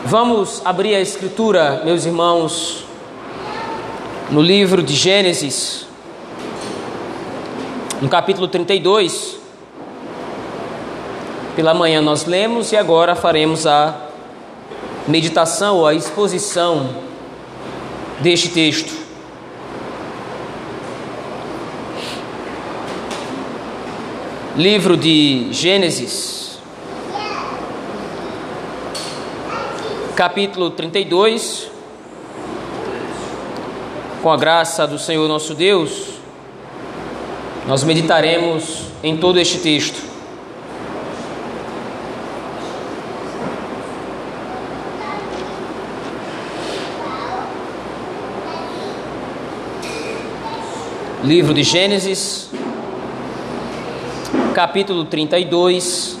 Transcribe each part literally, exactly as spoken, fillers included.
Vamos abrir a Escritura, meus irmãos, no livro de Gênesis, no capítulo trinta e dois. Pela manhã nós lemos e agora faremos a meditação ou a exposição deste texto. Livro de Gênesis, capítulo trinta e dois. Com a graça do Senhor nosso Deus, nós meditaremos em todo este texto. Livro de Gênesis, capítulo trinta e dois.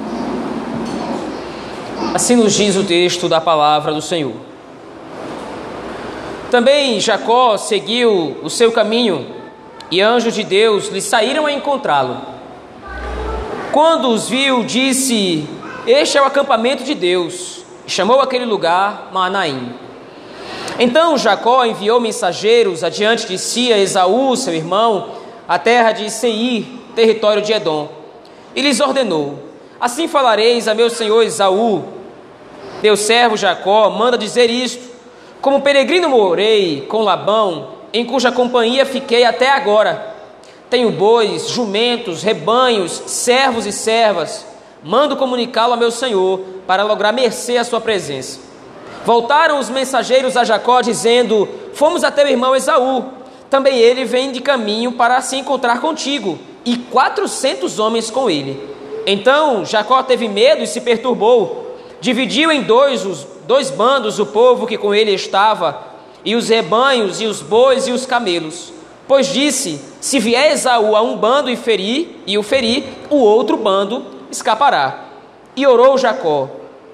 Assim nos diz o texto da palavra do Senhor. Também Jacó seguiu o seu caminho, e anjos de Deus lhe saíram a encontrá-lo. Quando os viu, disse: "Este é o acampamento de Deus", e chamou aquele lugar Manaim. Então Jacó enviou mensageiros adiante de si a Esaú, seu irmão, à terra de Seir, território de Edom, e lhes ordenou: "Assim falareis a meu senhor Esaú: Teu servo Jacó manda dizer isto: como peregrino morei com Labão, em cuja companhia fiquei até agora. Tenho bois, jumentos, rebanhos, servos e servas. Mando comunicá-lo a meu senhor, para lograr mercê à sua presença." Voltaram os mensageiros a Jacó, dizendo: "Fomos a teu irmão Esaú. Também ele vem de caminho para se encontrar contigo, e quatrocentos homens com ele." Então Jacó teve medo e se perturbou. Dividiu em dois os dois bandos o povo que com ele estava, e os rebanhos, e os bois, e os camelos. Pois disse: "Se vier Esaú a um bando e ferir, e o ferir, o outro bando escapará." E orou Jacó: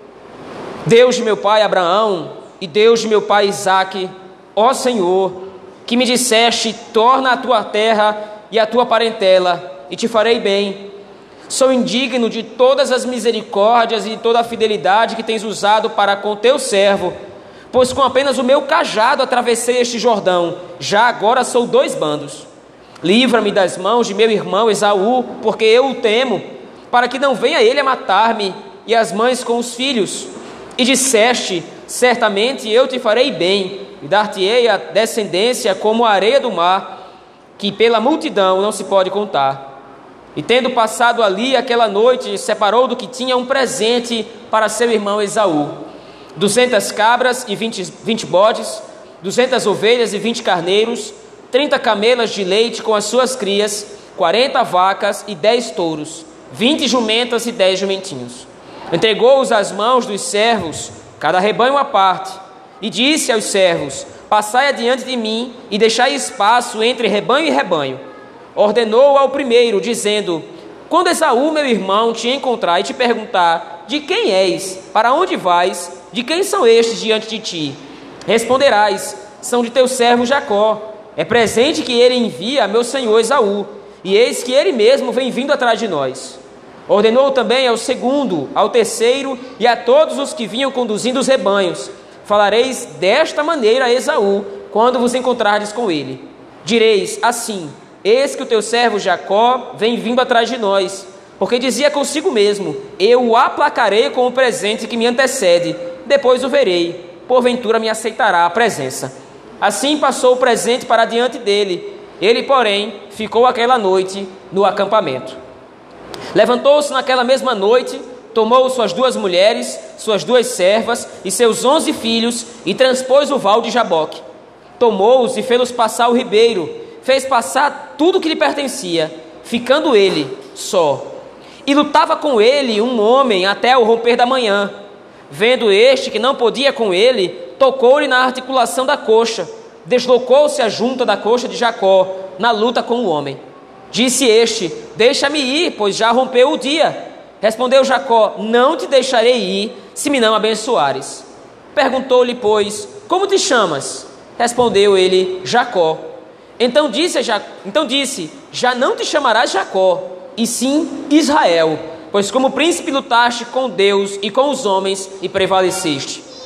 "Deus de meu pai Abraão, e Deus de meu pai Isaque, ó Senhor, que me disseste: torna a tua terra e a tua parentela, e te farei bem. Sou indigno de todas as misericórdias e de toda a fidelidade que tens usado para com teu servo, pois com apenas o meu cajado atravessei este Jordão, já agora sou dois bandos. Livra-me das mãos de meu irmão Esaú, porque eu o temo, para que não venha ele a matar-me, e as mães com os filhos. E disseste: certamente eu te farei bem, e dar-te-ei a descendência como a areia do mar, que pela multidão não se pode contar." E tendo passado ali aquela noite, separou do que tinha um presente para seu irmão Esaú: duzentas cabras e vinte, vinte bodes, duzentas ovelhas e vinte carneiros, trinta camelas de leite com as suas crias, quarenta vacas e dez touros, vinte jumentas e dez jumentinhos. Entregou-os às mãos dos servos, cada rebanho à parte, e disse aos servos: "Passai adiante de mim e deixai espaço entre rebanho e rebanho." Ordenou ao primeiro, dizendo: "Quando Esaú, meu irmão, te encontrar e te perguntar: de quem és, para onde vais, de quem são estes diante de ti? Responderás: são de teu servo Jacó. É presente que ele envia a meu senhor Esaú, e eis que ele mesmo vem vindo atrás de nós." Ordenou também ao segundo, ao terceiro e a todos os que vinham conduzindo os rebanhos: "Falareis desta maneira a Esaú, quando vos encontrardes com ele. Direis assim: eis que o teu servo Jacó vem vindo atrás de nós, porque dizia consigo mesmo: eu o aplacarei com o presente que me antecede, depois o verei, porventura me aceitará a presença." Assim passou o presente para diante dele. Ele, porém, ficou aquela noite no acampamento. Levantou-se naquela mesma noite, tomou suas duas mulheres, suas duas servas e seus onze filhos, e transpôs o val de Jaboque. Tomou-os e fê-los passar o ribeiro, fez passar tudo o que lhe pertencia, ficando ele só. E lutava com ele um homem até o romper da manhã. Vendo este que não podia com ele, tocou-lhe na articulação da coxa. Deslocou-se a junta da coxa de Jacó, na luta com o homem. Disse este: "Deixa-me ir, pois já rompeu o dia." Respondeu Jacó: "Não te deixarei ir, se me não abençoares." Perguntou-lhe, pois: "Como te chamas?" Respondeu ele: "Jacó." Então disse, ja... então disse: "Já não te chamarás Jacó, e sim Israel, pois como príncipe lutaste com Deus e com os homens e prevaleceste."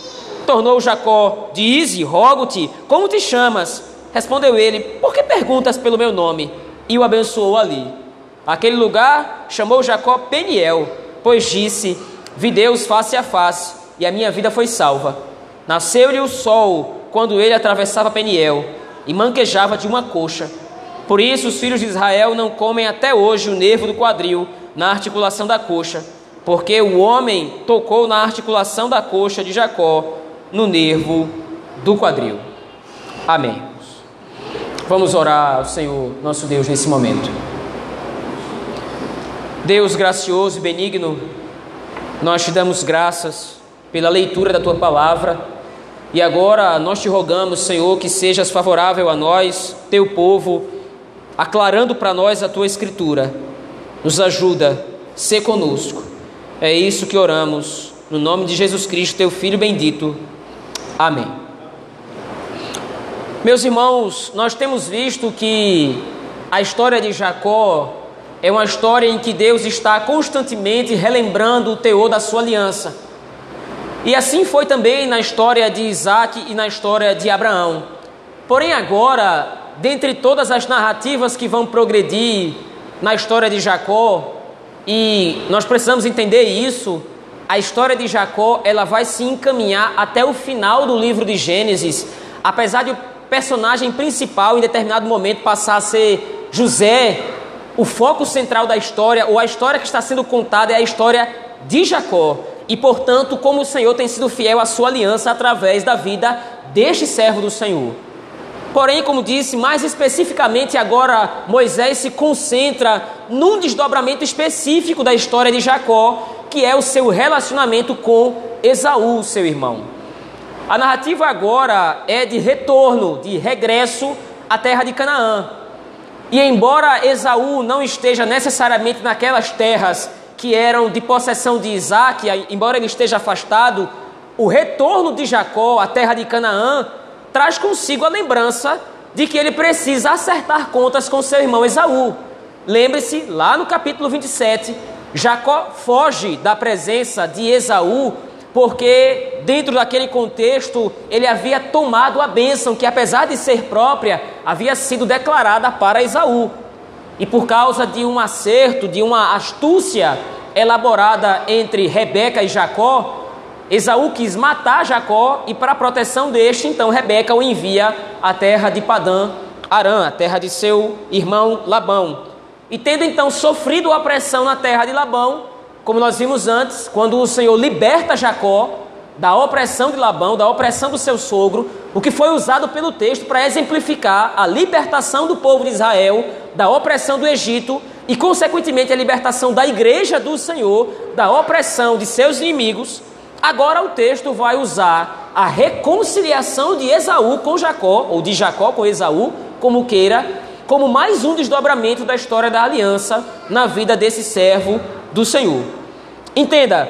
Tornou Jacó: Dize, rogo-te, como te chamas? Respondeu ele: Por que perguntas pelo meu nome? E o abençoou ali. Aquele lugar chamou Jacó Peniel, pois disse: Vi Deus face a face, e a minha vida foi salva. Nasceu-lhe o sol quando ele atravessava Peniel, e manquejava de uma coxa. Por isso os filhos de Israel não comem até hoje o nervo do quadril na articulação da coxa, porque o homem tocou na articulação da coxa de Jacó, no nervo do quadril. Amém. Vamos orar ao Senhor, nosso Deus, nesse momento. Deus gracioso e benigno, nós te damos graças pela leitura da Tua Palavra, e agora nós te rogamos, Senhor, que sejas favorável a nós, Teu povo, aclarando para nós a Tua Escritura. Nos ajuda, sê conosco. É isso que oramos, no nome de Jesus Cristo, Teu Filho bendito. Amém. Meus irmãos, nós temos visto que a história de Jacó é uma história em que Deus está constantemente relembrando o teor da sua aliança. E assim foi também na história de Isaac e na história de Abraão. Porém agora, dentre todas as narrativas que vão progredir na história de Jacó, e nós precisamos entender isso, a história de Jacó ela vai se encaminhar até o final do livro de Gênesis, apesar de o personagem principal em determinado momento passar a ser José. O foco central da história, ou a história que está sendo contada, é a história de Jacó. E, portanto, como o Senhor tem sido fiel à sua aliança através da vida deste servo do Senhor. Porém, como disse, mais especificamente agora, Moisés se concentra num desdobramento específico da história de Jacó, que é o seu relacionamento com Esaú, seu irmão. A narrativa agora é de retorno, de regresso à terra de Canaã. E embora Esaú não esteja necessariamente naquelas terras que eram de possessão de Isaac, embora ele esteja afastado, o retorno de Jacó à terra de Canaã traz consigo a lembrança de que ele precisa acertar contas com seu irmão Esaú. Lembre-se, lá no capítulo vinte e sete, Jacó foge da presença de Esaú, porque dentro daquele contexto ele havia tomado a bênção que, apesar de ser própria, havia sido declarada para Esaú. E por causa de um acerto, de uma astúcia elaborada entre Rebeca e Jacó, Esaú quis matar Jacó e, para proteção deste, então Rebeca o envia à terra de Padã Arã, a terra de seu irmão Labão. E tendo então sofrido a opressão na terra de Labão, como nós vimos antes, quando o Senhor liberta Jacó da opressão de Labão, da opressão do seu sogro, o que foi usado pelo texto para exemplificar a libertação do povo de Israel da opressão do Egito e, consequentemente, a libertação da igreja do Senhor da opressão de seus inimigos. Agora o texto vai usar a reconciliação de Esaú com Jacó, ou de Jacó com Esaú, como queira, como mais um desdobramento da história da aliança na vida desse servo do Senhor. Entenda,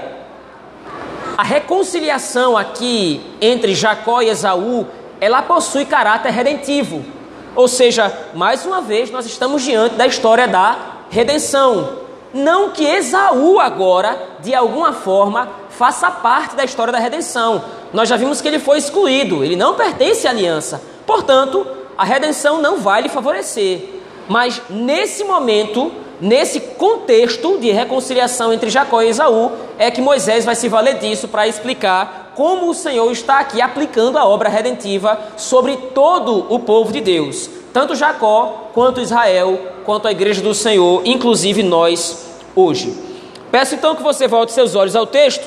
a reconciliação aqui entre Jacó e Esaú, ela possui caráter redentivo. Ou seja, mais uma vez nós estamos diante da história da redenção. Não que Esaú agora, de alguma forma, faça parte da história da redenção. Nós já vimos que ele foi excluído, ele não pertence à aliança. Portanto, a redenção não vai lhe favorecer. Mas nesse momento, nesse contexto de reconciliação entre Jacó e Esaú, é que Moisés vai se valer disso para explicar como o Senhor está aqui aplicando a obra redentiva sobre todo o povo de Deus. Tanto Jacó, quanto Israel, quanto a igreja do Senhor, inclusive nós hoje. Peço então que você volte seus olhos ao texto.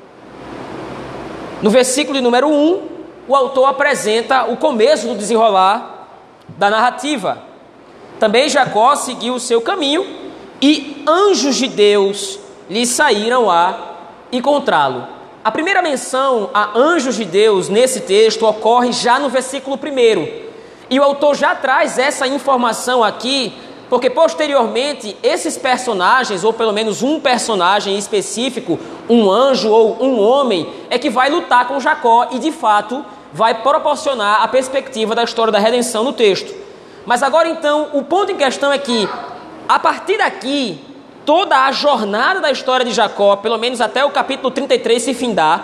No versículo de número um, o autor apresenta o começo do desenrolar da narrativa. Também Jacó seguiu o seu caminho e anjos de Deus lhe saíram a encontrá-lo. A primeira menção a anjos de Deus nesse texto ocorre já no versículo primeiro. E o autor já traz essa informação aqui, porque posteriormente esses personagens, ou pelo menos um personagem específico, um anjo ou um homem, é que vai lutar com Jacó e de fato vai proporcionar a perspectiva da história da redenção no texto. Mas agora então, o ponto em questão é que, a partir daqui, toda a jornada da história de Jacó, pelo menos até o capítulo trinta e três se findar,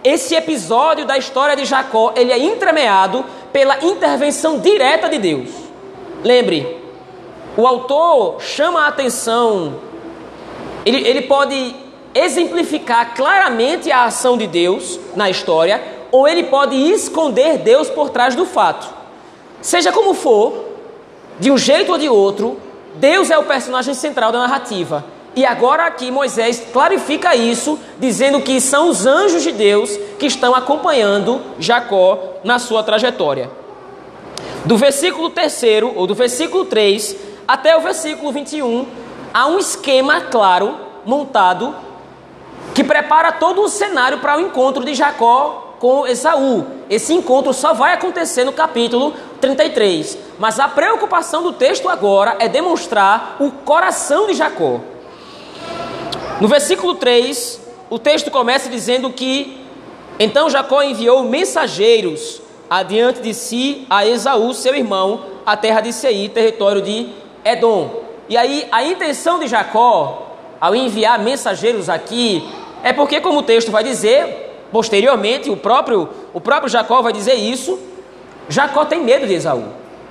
esse episódio da história de Jacó, ele é entremeado pela intervenção direta de Deus. Lembre, o autor chama a atenção, ele, ele pode exemplificar claramente a ação de Deus na história, ou ele pode esconder Deus por trás do fato. Seja como for, de um jeito ou de outro, Deus é o personagem central da narrativa. E agora aqui Moisés clarifica isso, dizendo que são os anjos de Deus que estão acompanhando Jacó na sua trajetória. Do versículo terceiro, ou do versículo três, até o versículo vinte e um, há um esquema claro, montado, que prepara todo o cenário para o encontro de Jacó com Esaú. Esse encontro só vai acontecer no capítulo trinta e três. Mas a preocupação do texto agora é demonstrar o coração de Jacó. No versículo três, o texto começa dizendo que então Jacó enviou mensageiros adiante de si a Esaú, seu irmão, a terra de Seir, território de Edom. E aí a intenção de Jacó, ao enviar mensageiros aqui, é porque, como o texto vai dizer, posteriormente, o próprio, o próprio Jacó vai dizer isso, Jacó tem medo de Esaú.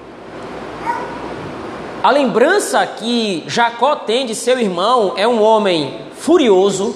A lembrança que Jacó tem de seu irmão é um homem furioso,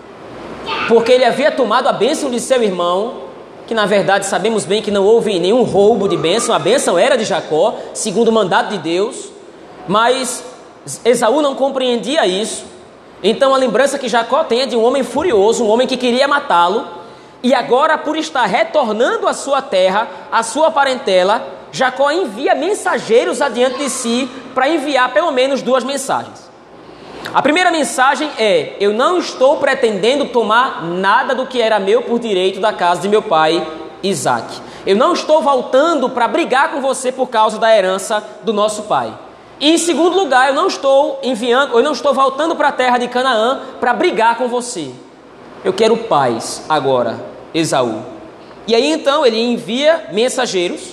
porque ele havia tomado a bênção de seu irmão, que na verdade sabemos bem que não houve nenhum roubo de bênção, a bênção era de Jacó, segundo o mandato de Deus, mas Esaú não compreendia isso. Então a lembrança que Jacó tem é de um homem furioso, um homem que queria matá-lo, e agora, por estar retornando à sua terra, à sua parentela, Jacó envia mensageiros adiante de si para enviar pelo menos duas mensagens. A primeira mensagem é: eu não estou pretendendo tomar nada do que era meu por direito da casa de meu pai Isaque. Eu não estou voltando para brigar com você por causa da herança do nosso pai. E em segundo lugar, eu não estou enviando, eu não estou voltando para a terra de Canaã para brigar com você. Eu quero paz agora, Esaú. E aí então ele envia mensageiros,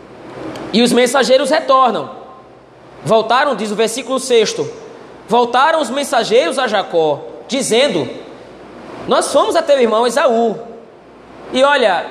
e os mensageiros retornam. Voltaram, diz o versículo seis, voltaram os mensageiros a Jacó, dizendo: nós fomos a teu irmão Esaú, e olha,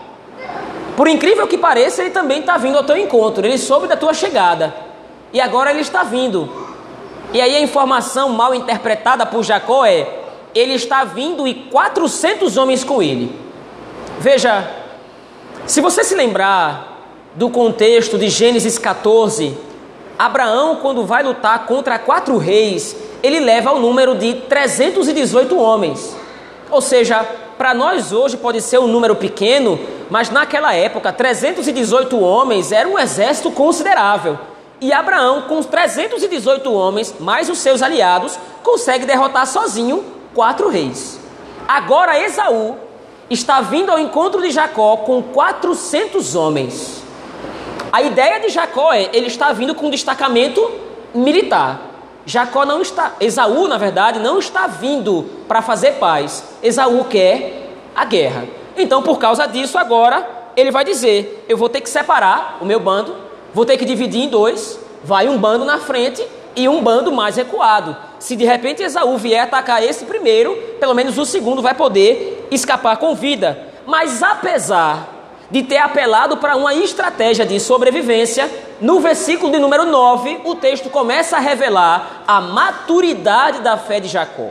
por incrível que pareça, ele também está vindo ao teu encontro, ele soube da tua chegada, e agora ele está vindo. E aí a informação mal interpretada por Jacó é: ele está vindo e quatrocentos homens com ele. Veja, se você se lembrar do contexto de Gênesis catorze, Abraão, quando vai lutar contra quatro reis, ele leva o número de trezentos e dezoito homens. Ou seja, para nós hoje pode ser um número pequeno, mas naquela época trezentos e dezoito homens era um exército considerável. E Abraão, com trezentos e dezoito homens, mais os seus aliados, consegue derrotar sozinho quatro reis. Agora Esaú está vindo ao encontro de Jacó com quatrocentos homens. A ideia de Jacó é: ele está vindo com um destacamento militar. Jacó não está, Esaú na verdade não está vindo para fazer paz. Esaú quer a guerra. Então, por causa disso, agora ele vai dizer: eu vou ter que separar o meu bando, vou ter que dividir em dois, vai um bando na frente e um bando mais recuado. Se de repente Esaú vier atacar esse primeiro, pelo menos o segundo vai poder escapar com vida. Mas apesar de ter apelado para uma estratégia de sobrevivência, no versículo de número nove, o texto começa a revelar a maturidade da fé de Jacó.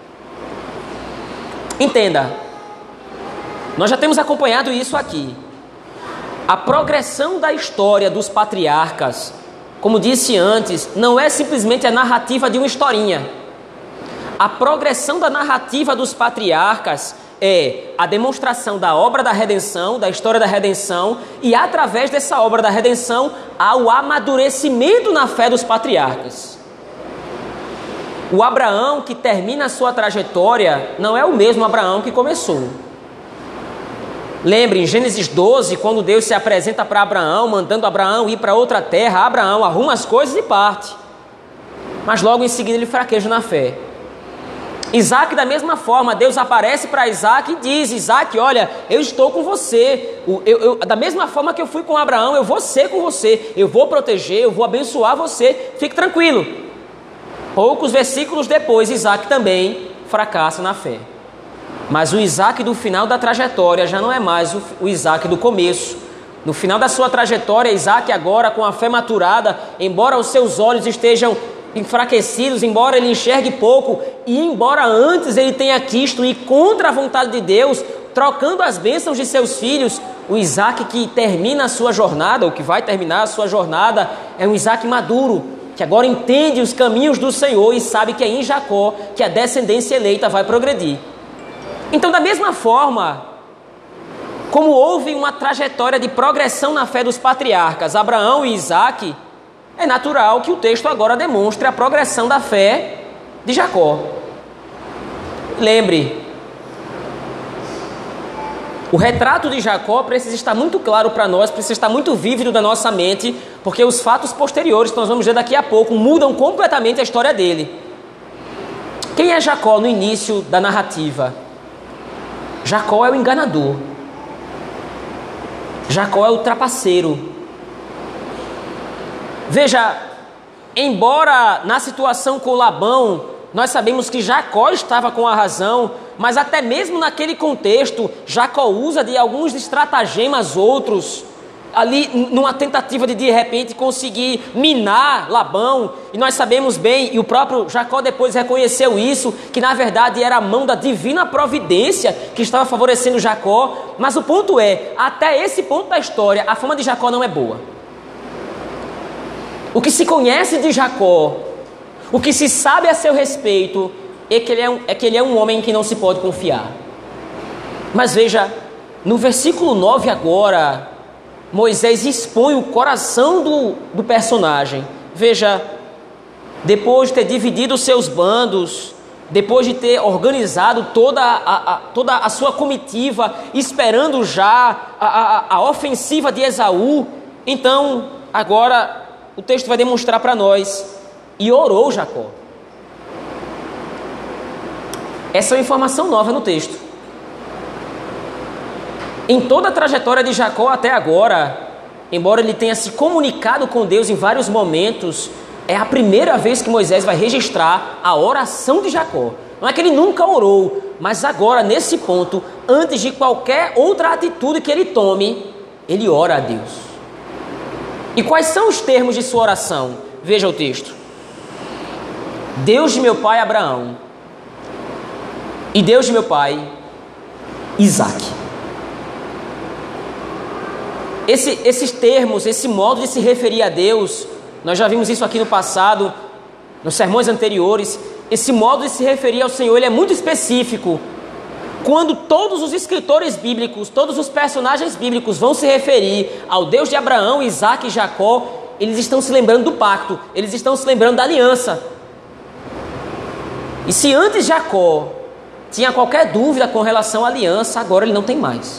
Entenda, nós já temos acompanhado isso aqui. A progressão da história dos patriarcas, como disse antes, não é simplesmente a narrativa de uma historinha. A progressão da narrativa dos patriarcas é a demonstração da obra da redenção, da história da redenção, e através dessa obra da redenção há o amadurecimento na fé dos patriarcas. O Abraão que termina a sua trajetória não é o mesmo Abraão que começou. Lembre, em Gênesis doze, quando Deus se apresenta para Abraão, mandando Abraão ir para outra terra, Abraão arruma as coisas e parte. Mas logo em seguida ele fraqueja na fé. Isaac, da mesma forma, Deus aparece para Isaac e diz: Isaac, olha, eu estou com você. Eu, eu, da mesma forma que eu fui com Abraão, eu vou ser com você. Eu vou proteger, eu vou abençoar você. Fique tranquilo. Poucos versículos depois, Isaac também fracassa na fé. Mas o Isaac do final da trajetória já não é mais o, o Isaac do começo. No final da sua trajetória, Isaac agora com a fé maturada, embora os seus olhos estejam enfraquecidos, embora ele enxergue pouco, e embora antes ele tenha quisto ir contra a vontade de Deus, trocando as bênçãos de seus filhos, o Isaac que termina a sua jornada, ou que vai terminar a sua jornada, é um Isaac maduro, que agora entende os caminhos do Senhor e sabe que é em Jacó que a descendência eleita vai progredir. Então, da mesma forma, como houve uma trajetória de progressão na fé dos patriarcas, Abraão e Isaac, é natural que o texto agora demonstre a progressão da fé de Jacó. Lembre, o retrato de Jacó precisa estar muito claro para nós, precisa estar muito vívido na nossa mente, porque os fatos posteriores, que nós vamos ver daqui a pouco, mudam completamente a história dele. Quem é Jacó no início da narrativa? Jacó é o enganador. Jacó é o trapaceiro. Veja, embora na situação com Labão, nós sabemos que Jacó estava com a razão, mas até mesmo naquele contexto, Jacó usa de alguns estratagemas outros, ali numa tentativa de de repente conseguir minar Labão, e nós sabemos bem, e o próprio Jacó depois reconheceu isso, que na verdade era a mão da divina providência que estava favorecendo Jacó, mas o ponto é, até esse ponto da história, a fama de Jacó não é boa. O que se conhece de Jacó, o que se sabe a seu respeito, é que ele é um, é que ele é um homem em que não se pode confiar. Mas veja, no versículo nove agora, Moisés expõe o coração do, do personagem. Veja, depois de ter dividido os seus bandos, depois de ter organizado toda a, a, toda a sua comitiva, esperando já a, a, a ofensiva de Esaú, então agora o texto vai demonstrar para nós, e orou Jacó. Essa é uma informação nova no texto. Em toda a trajetória de Jacó até agora, embora ele tenha se comunicado com Deus em vários momentos, é a primeira vez que Moisés vai registrar a oração de Jacó. Não é que ele nunca orou, mas agora, nesse ponto, antes de qualquer outra atitude que ele tome, ele ora a Deus. E quais são os termos de sua oração? Veja o texto. Deus de meu pai Abraão e Deus de meu pai Isaac. Esse, esses termos, esse modo de se referir a Deus, nós já vimos isso aqui no passado, nos sermões anteriores. Esse modo de se referir ao Senhor, ele é muito específico. Quando todos os escritores bíblicos, todos os personagens bíblicos vão se referir ao Deus de Abraão, Isaac e Jacó, eles estão se lembrando do pacto, eles estão se lembrando da aliança. E se antes Jacó tinha qualquer dúvida com relação à aliança, agora ele não tem mais.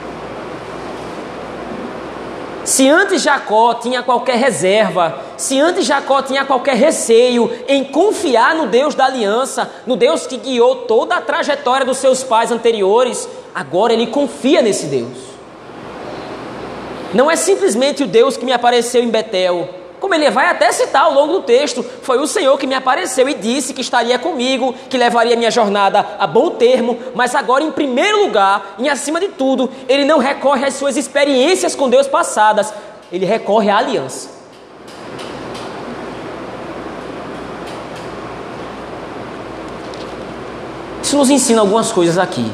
Se antes Jacó tinha qualquer reserva, se antes Jacó tinha qualquer receio em confiar no Deus da aliança, no Deus que guiou toda a trajetória dos seus pais anteriores, agora ele confia nesse Deus. Não é simplesmente o Deus que me apareceu em Betel, como ele vai até citar ao longo do texto, foi o Senhor que me apareceu e disse que estaria comigo, que levaria minha jornada a bom termo, mas agora em primeiro lugar, e acima de tudo, ele não recorre às suas experiências com Deus passadas, ele recorre à aliança. Isso nos ensina algumas coisas aqui.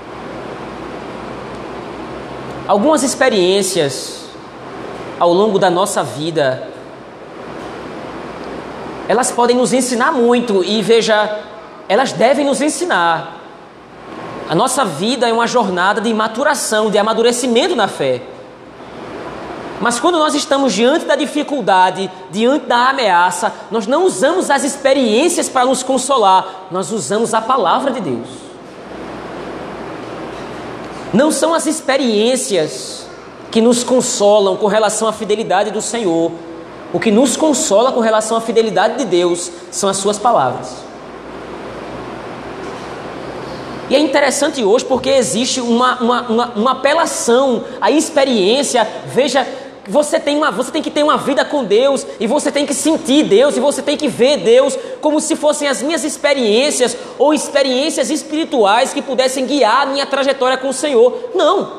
Algumas experiências ao longo da nossa vida, elas podem nos ensinar muito e veja, elas devem nos ensinar. A nossa vida é uma jornada de maturação, de amadurecimento na fé. Mas quando nós estamos diante da dificuldade, diante da ameaça, nós não usamos as experiências para nos consolar, nós usamos a palavra de Deus. Não são as experiências que nos consolam com relação à fidelidade do Senhor. O que nos consola com relação à fidelidade de Deus são as suas palavras. E é interessante hoje porque existe uma, uma, uma, uma apelação à experiência. Veja, Você tem, uma, você tem que ter uma vida com Deus, e você tem que sentir Deus, e você tem que ver Deus como se fossem as minhas experiências ou experiências espirituais que pudessem guiar a minha trajetória com o Senhor. Não.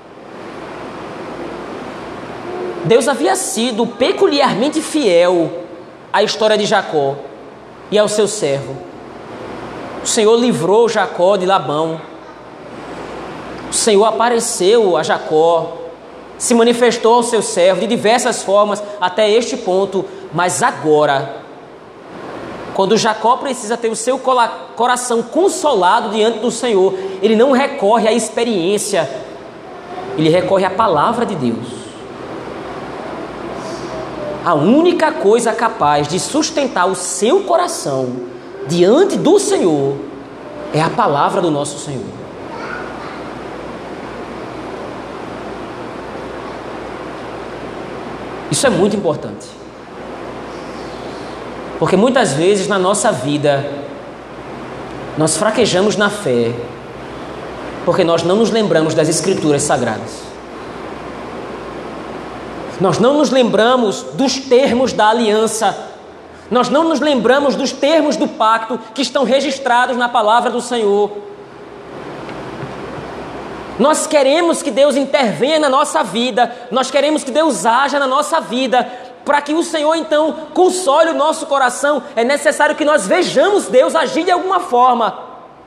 Deus havia sido peculiarmente fiel à história de Jacó e ao seu servo. O Senhor livrou Jacó de Labão. O Senhor apareceu a Jacó, se manifestou ao seu servo de diversas formas até este ponto, mas agora, quando Jacó precisa ter o seu coração consolado diante do Senhor, ele não recorre à experiência, ele recorre à palavra de Deus. A única coisa capaz de sustentar o seu coração diante do Senhor é a palavra do nosso Senhor. Isso é muito importante, porque muitas vezes na nossa vida nós fraquejamos na fé porque nós não nos lembramos das Escrituras Sagradas. Nós não nos lembramos dos termos da aliança, nós não nos lembramos dos termos do pacto que estão registrados na palavra do Senhor. Nós queremos que Deus intervenha na nossa vida, nós queremos que Deus haja na nossa vida. Para que o Senhor então console o nosso coração, é necessário que nós vejamos Deus agir de alguma forma.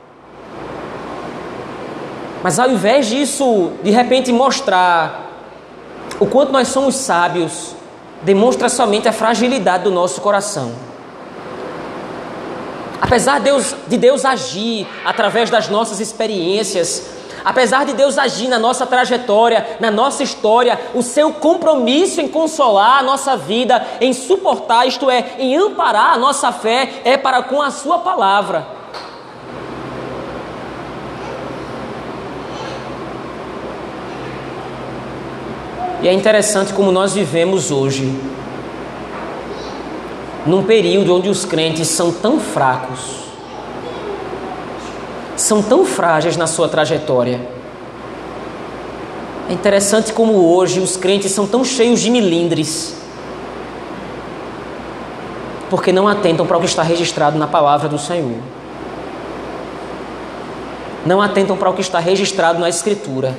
Mas ao invés disso, de repente mostrar o quanto nós somos sábios, demonstra somente a fragilidade do nosso coração. Apesar de Deus, de Deus agir através das nossas experiências, apesar de Deus agir na nossa trajetória, na nossa história, o seu compromisso em consolar a nossa vida, em suportar, isto é, em amparar a nossa fé, é para com a sua palavra. E é interessante como nós vivemos hoje, num período onde os crentes são tão fracos, são tão frágeis na sua trajetória. É interessante como hoje os crentes são tão cheios de milindres, porque não atentam para o que está registrado na palavra do Senhor. Não atentam para o que está registrado na Escritura.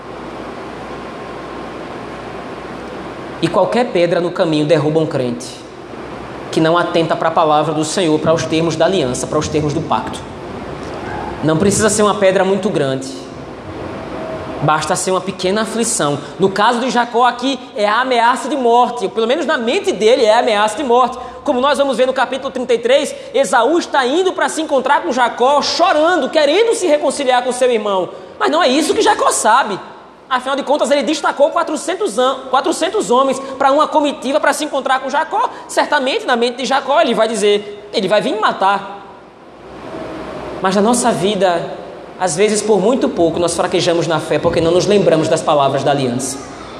E qualquer pedra no caminho derruba um crente que não atenta para a palavra do Senhor, para os termos da aliança, para os termos do pacto. Não precisa ser uma pedra muito grande, basta ser uma pequena aflição. No caso de Jacó aqui é a ameaça de morte, ou pelo menos na mente dele é a ameaça de morte. Como nós vamos ver no capítulo trinta e três, Esaú está indo para se encontrar com Jacó, chorando, querendo se reconciliar com seu irmão. Mas não é isso que Jacó sabe. Afinal de contas, ele destacou quatrocentos homens para uma comitiva para se encontrar com Jacó. Certamente, na mente de Jacó, ele vai dizer, ele vai vir me matar. Mas na nossa vida, às vezes por muito pouco, nós fraquejamos na fé porque não nos lembramos das palavras da aliança.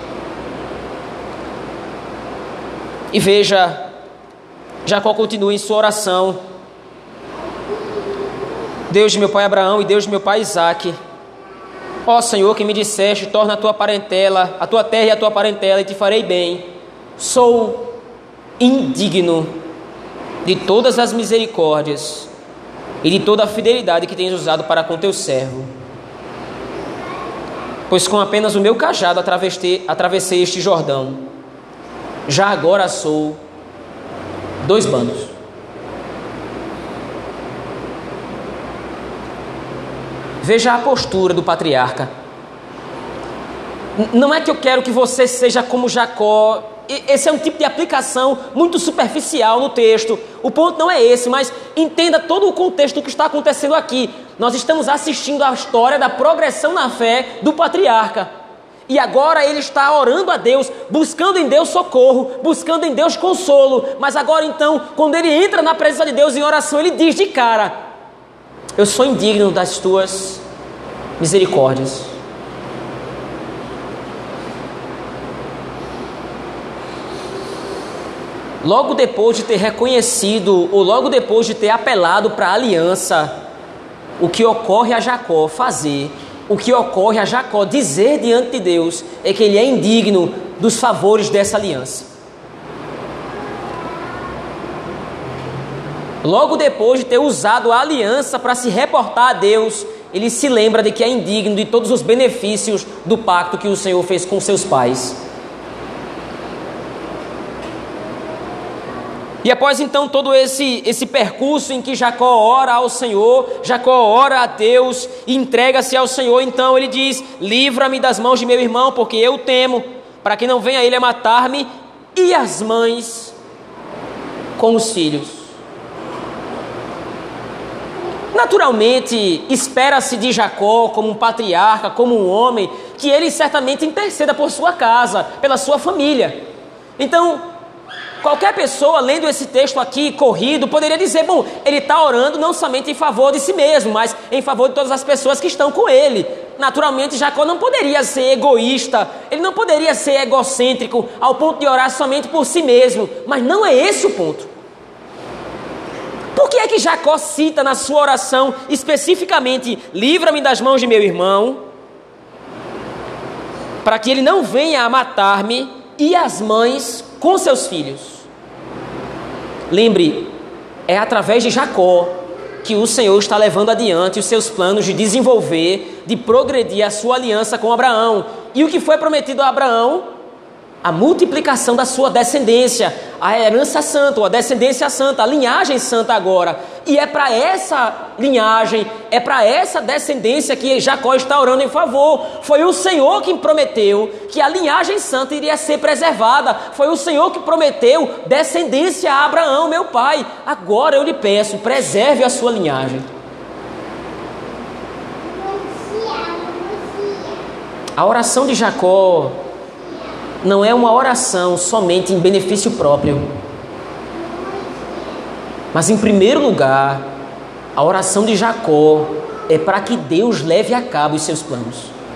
E veja, Jacó continua em sua oração: Deus de meu pai Abraão e Deus de meu pai Isaque, ó Senhor, que me disseste, torna a tua parentela, a tua terra e a tua parentela, e te farei bem. Sou indigno de todas as misericórdias e de toda a fidelidade que tens usado para com teu servo. Pois com apenas o meu cajado atravessei, atravessei este Jordão. Já agora sou dois bandos. Veja a postura do patriarca. Não é que eu quero que você seja como Jacó. Esse é um tipo de aplicação muito superficial no texto. O ponto não é esse, mas entenda todo o contexto do que está acontecendo aqui. Nós estamos assistindo a história da progressão na fé do patriarca. E agora ele está orando a Deus, buscando em Deus socorro, buscando em Deus consolo. Mas agora então, quando ele entra na presença de Deus em oração, ele diz de cara: eu sou indigno das tuas misericórdias. Logo depois de ter reconhecido, ou logo depois de ter apelado para a aliança, o que ocorre a Jacó fazer, o que ocorre a Jacó dizer diante de Deus, é que ele é indigno dos favores dessa aliança. Logo depois de ter usado a aliança para se reportar a Deus, ele se lembra de que é indigno de todos os benefícios do pacto que o Senhor fez com seus pais. E após então todo esse, esse percurso em que Jacó ora ao Senhor, Jacó ora a Deus e entrega-se ao Senhor, então ele diz: livra-me das mãos de meu irmão, porque eu temo, para que não venha ele a matar-me e as mães com os filhos. Naturalmente, espera-se de Jacó, como um patriarca, como um homem, que ele certamente interceda por sua casa, pela sua família. Então, qualquer pessoa lendo esse texto aqui, corrido, poderia dizer, bom, ele está orando não somente em favor de si mesmo, mas em favor de todas as pessoas que estão com ele. Naturalmente, Jacó não poderia ser egoísta, ele não poderia ser egocêntrico ao ponto de orar somente por si mesmo, mas não é esse o ponto. Por que é que Jacó cita na sua oração especificamente, livra-me das mãos de meu irmão, para que ele não venha a matar-me e as mães com seus filhos? Lembre, é através de Jacó que o Senhor está levando adiante os seus planos de desenvolver, de progredir a sua aliança com Abraão. E o que foi prometido a Abraão? A multiplicação da sua descendência, a herança santa, a descendência santa, a linhagem santa agora. E é para essa linhagem, é para essa descendência que Jacó está orando em favor. Foi o Senhor quem prometeu que a linhagem santa iria ser preservada. Foi o Senhor que prometeu descendência a Abraão, meu pai. Agora eu lhe peço, preserve a sua linhagem. A oração de Jacó não é uma oração somente em benefício próprio, mas em primeiro lugar, a oração de Jacó é para que Deus leve a cabo os seus planos.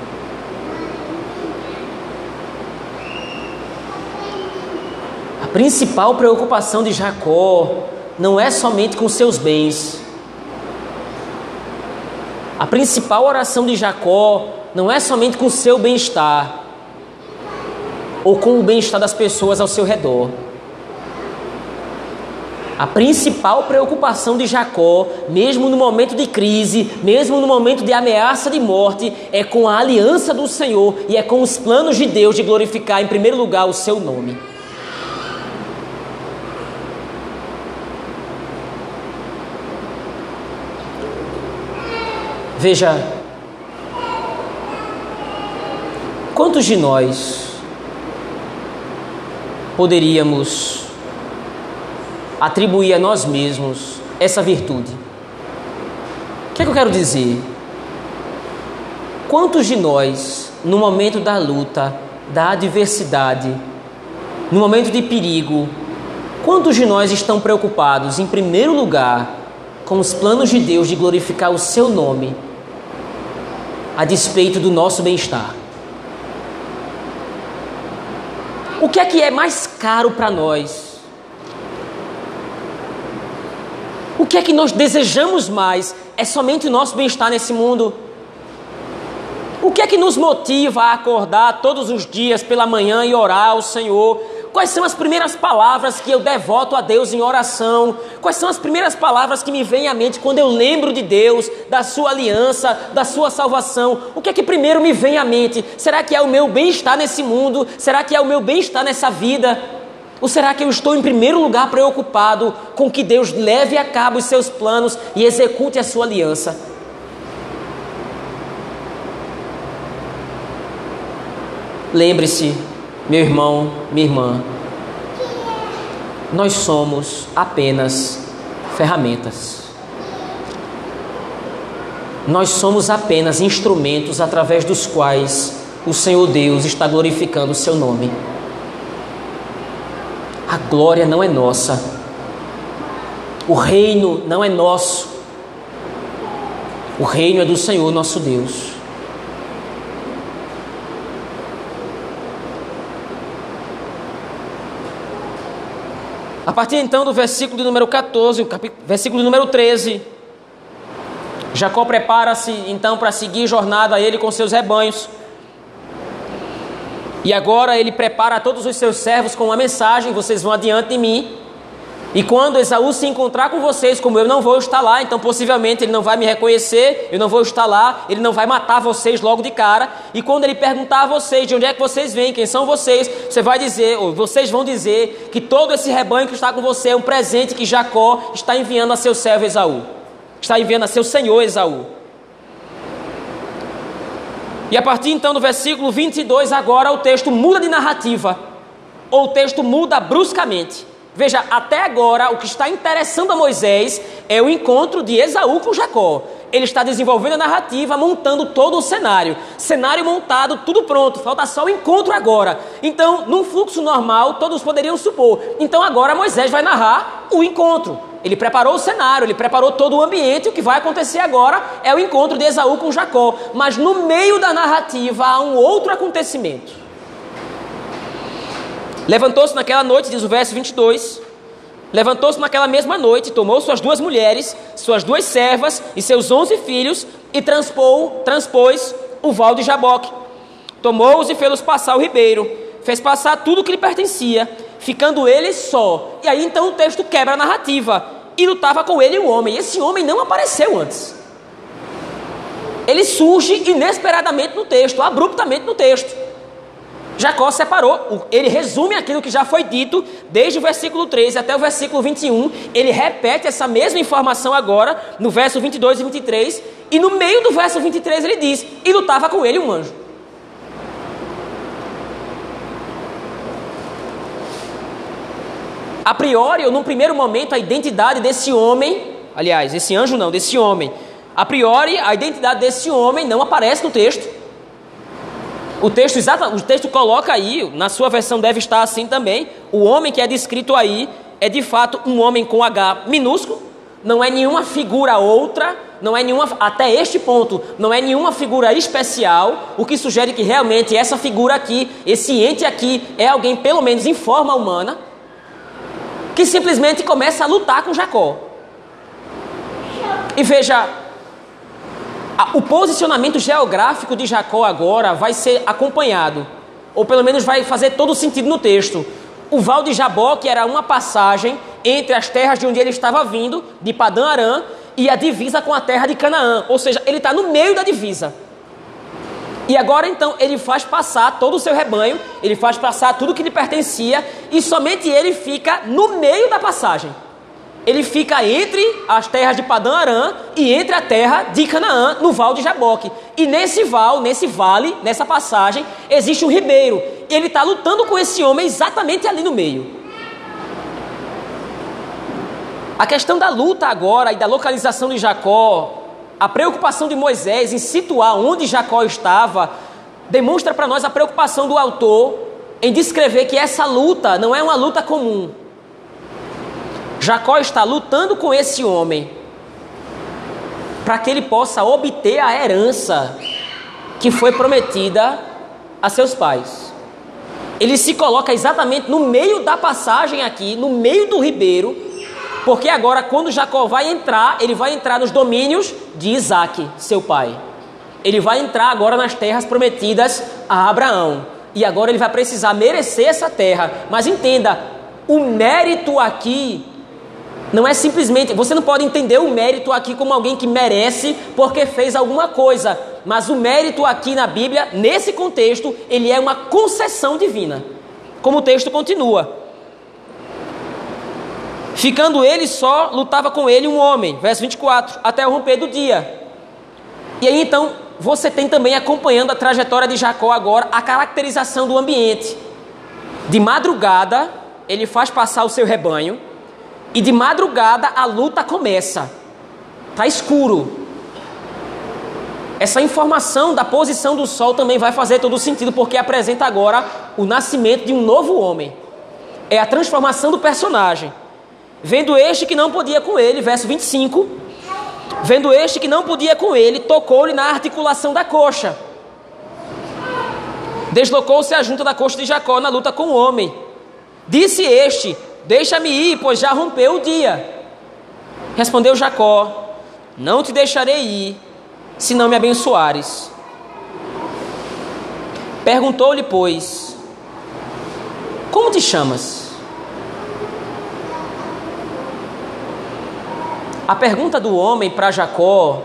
A principal preocupação de Jacó não é somente com seus bens. A principal oração de Jacó não é somente com o seu bem-estar, ou com o bem-estar das pessoas ao seu redor. A principal preocupação de Jacó, mesmo no momento de crise, mesmo no momento de ameaça de morte, é com a aliança do Senhor e é com os planos de Deus de glorificar em primeiro lugar o seu nome. Veja, quantos de nós poderíamos atribuir a nós mesmos essa virtude? O que é que eu quero dizer? Quantos de nós, no momento da luta, da adversidade, no momento de perigo, quantos de nós estão preocupados, em primeiro lugar, com os planos de Deus de glorificar o seu nome, a despeito do nosso bem-estar? O que é que é mais caro para nós? O que é que nós desejamos mais? É somente o nosso bem-estar nesse mundo? O que é que nos motiva a acordar todos os dias pela manhã e orar ao Senhor? Quais são as primeiras palavras que eu devoto a Deus em oração? Quais são as primeiras palavras que me vêm à mente quando eu lembro de Deus, da sua aliança, da sua salvação? O que é que primeiro me vem à mente? Será que é o meu bem-estar nesse mundo? Será que é o meu bem-estar nessa vida? Ou será que eu estou em primeiro lugar preocupado com que Deus leve a cabo os seus planos e execute a sua aliança? Lembre-se, meu irmão, minha irmã, nós somos apenas ferramentas. Nós somos apenas instrumentos através dos quais o Senhor Deus está glorificando o seu nome. A glória não é nossa. O reino não é nosso. O reino é do Senhor nosso Deus. A partir então do versículo de número catorze, o cap... versículo de número treze, Jacó prepara-se então para seguir jornada, ele com seus rebanhos. E agora ele prepara todos os seus servos com uma mensagem: vocês vão adiante de mim. E quando Esaú se encontrar com vocês, como eu não vou estar lá, então possivelmente ele não vai me reconhecer, eu não vou estar lá, ele não vai matar vocês logo de cara. E quando ele perguntar a vocês de onde é que vocês vêm, quem são vocês, você vai dizer, ou vocês vão dizer, que todo esse rebanho que está com você é um presente que Jacó está enviando a seu servo Esaú, está enviando a seu senhor Esaú. E a partir então do versículo vinte e dois, agora o texto muda de narrativa, ou o texto muda bruscamente. Veja, até agora o que está interessando a Moisés é o encontro de Esaú com Jacó. Ele está desenvolvendo a narrativa, montando todo o cenário. Cenário montado, tudo pronto, falta só o encontro agora. Então, num fluxo normal, todos poderiam supor. Então agora Moisés vai narrar o encontro. Ele preparou o cenário, ele preparou todo o ambiente. O que vai acontecer agora é o encontro de Esaú com Jacó. Mas no meio da narrativa há um outro acontecimento. Levantou-se naquela noite, diz o verso vinte e dois, levantou-se naquela mesma noite, tomou suas duas mulheres, suas duas servas e seus onze filhos e transpou, transpôs o val de Jaboque. Tomou-os e fez-los passar o ribeiro, fez passar tudo o que lhe pertencia, ficando ele só. E aí então o texto quebra a narrativa. E lutava com ele um homem. Esse homem não apareceu antes. Ele surge inesperadamente no texto, abruptamente no texto. Jacó separou, ele resume aquilo que já foi dito desde o versículo treze até o versículo vinte e um, ele repete essa mesma informação agora no verso vinte e dois e vinte e três, e no meio do verso vinte e três ele diz, e lutava com ele um anjo. A priori, ou num primeiro momento, a identidade desse homem, aliás, esse anjo não, desse homem, a priori, a identidade desse homem não aparece no texto. O texto, exato, o texto coloca aí, na sua versão deve estar assim também, o homem que é descrito aí é de fato um homem com H minúsculo, não é nenhuma figura outra, não é nenhuma, até este ponto, não é nenhuma figura especial, o que sugere que realmente essa figura aqui, esse ente aqui, é alguém pelo menos em forma humana, que simplesmente começa a lutar com Jacó. E veja, o posicionamento geográfico de Jacó agora vai ser acompanhado, ou pelo menos vai fazer todo sentido no texto. O val de Jaboque era uma passagem entre as terras de onde ele estava vindo, de Padã Arã, e a divisa com a terra de Canaã, ou seja, ele está no meio da divisa. E agora então ele faz passar todo o seu rebanho, ele faz passar tudo que lhe pertencia, e somente ele fica no meio da passagem. Ele fica entre as terras de Padã Arã e entre a terra de Canaã, no val de Jaboque. E nesse val, nesse vale, nessa passagem, existe um ribeiro. Ele está lutando com esse homem exatamente ali no meio. A questão da luta agora e da localização de Jacó, a preocupação de Moisés em situar onde Jacó estava, demonstra para nós a preocupação do autor em descrever que essa luta não é uma luta comum. Jacó está lutando com esse homem para que ele possa obter a herança que foi prometida a seus pais. Ele se coloca exatamente no meio da passagem aqui, no meio do ribeiro, porque agora quando Jacó vai entrar, ele vai entrar nos domínios de Isaac, seu pai. Ele vai entrar agora nas terras prometidas a Abraão. E agora ele vai precisar merecer essa terra. Mas entenda, o mérito aqui não é simplesmente, você não pode entender o mérito aqui como alguém que merece porque fez alguma coisa, mas o mérito aqui na Bíblia, nesse contexto, ele é uma concessão divina. Como o texto continua. Ficando ele só, lutava com ele um homem, verso vinte e quatro, até o romper do dia. E aí então, você tem também acompanhando a trajetória de Jacó agora, a caracterização do ambiente. De madrugada, ele faz passar o seu rebanho, e de madrugada a luta começa. Está escuro. Essa informação da posição do sol também vai fazer todo sentido, porque apresenta agora o nascimento de um novo homem. É a transformação do personagem. Vendo este que não podia com ele, verso vinte e cinco, vendo este que não podia com ele, tocou-lhe na articulação da coxa. Deslocou-se a junta da coxa de Jacó na luta com o homem. Disse este: deixa-me ir, pois já rompeu o dia. Respondeu Jacó: não te deixarei ir, se não me abençoares. Perguntou-lhe, pois, como te chamas? A pergunta do homem para Jacó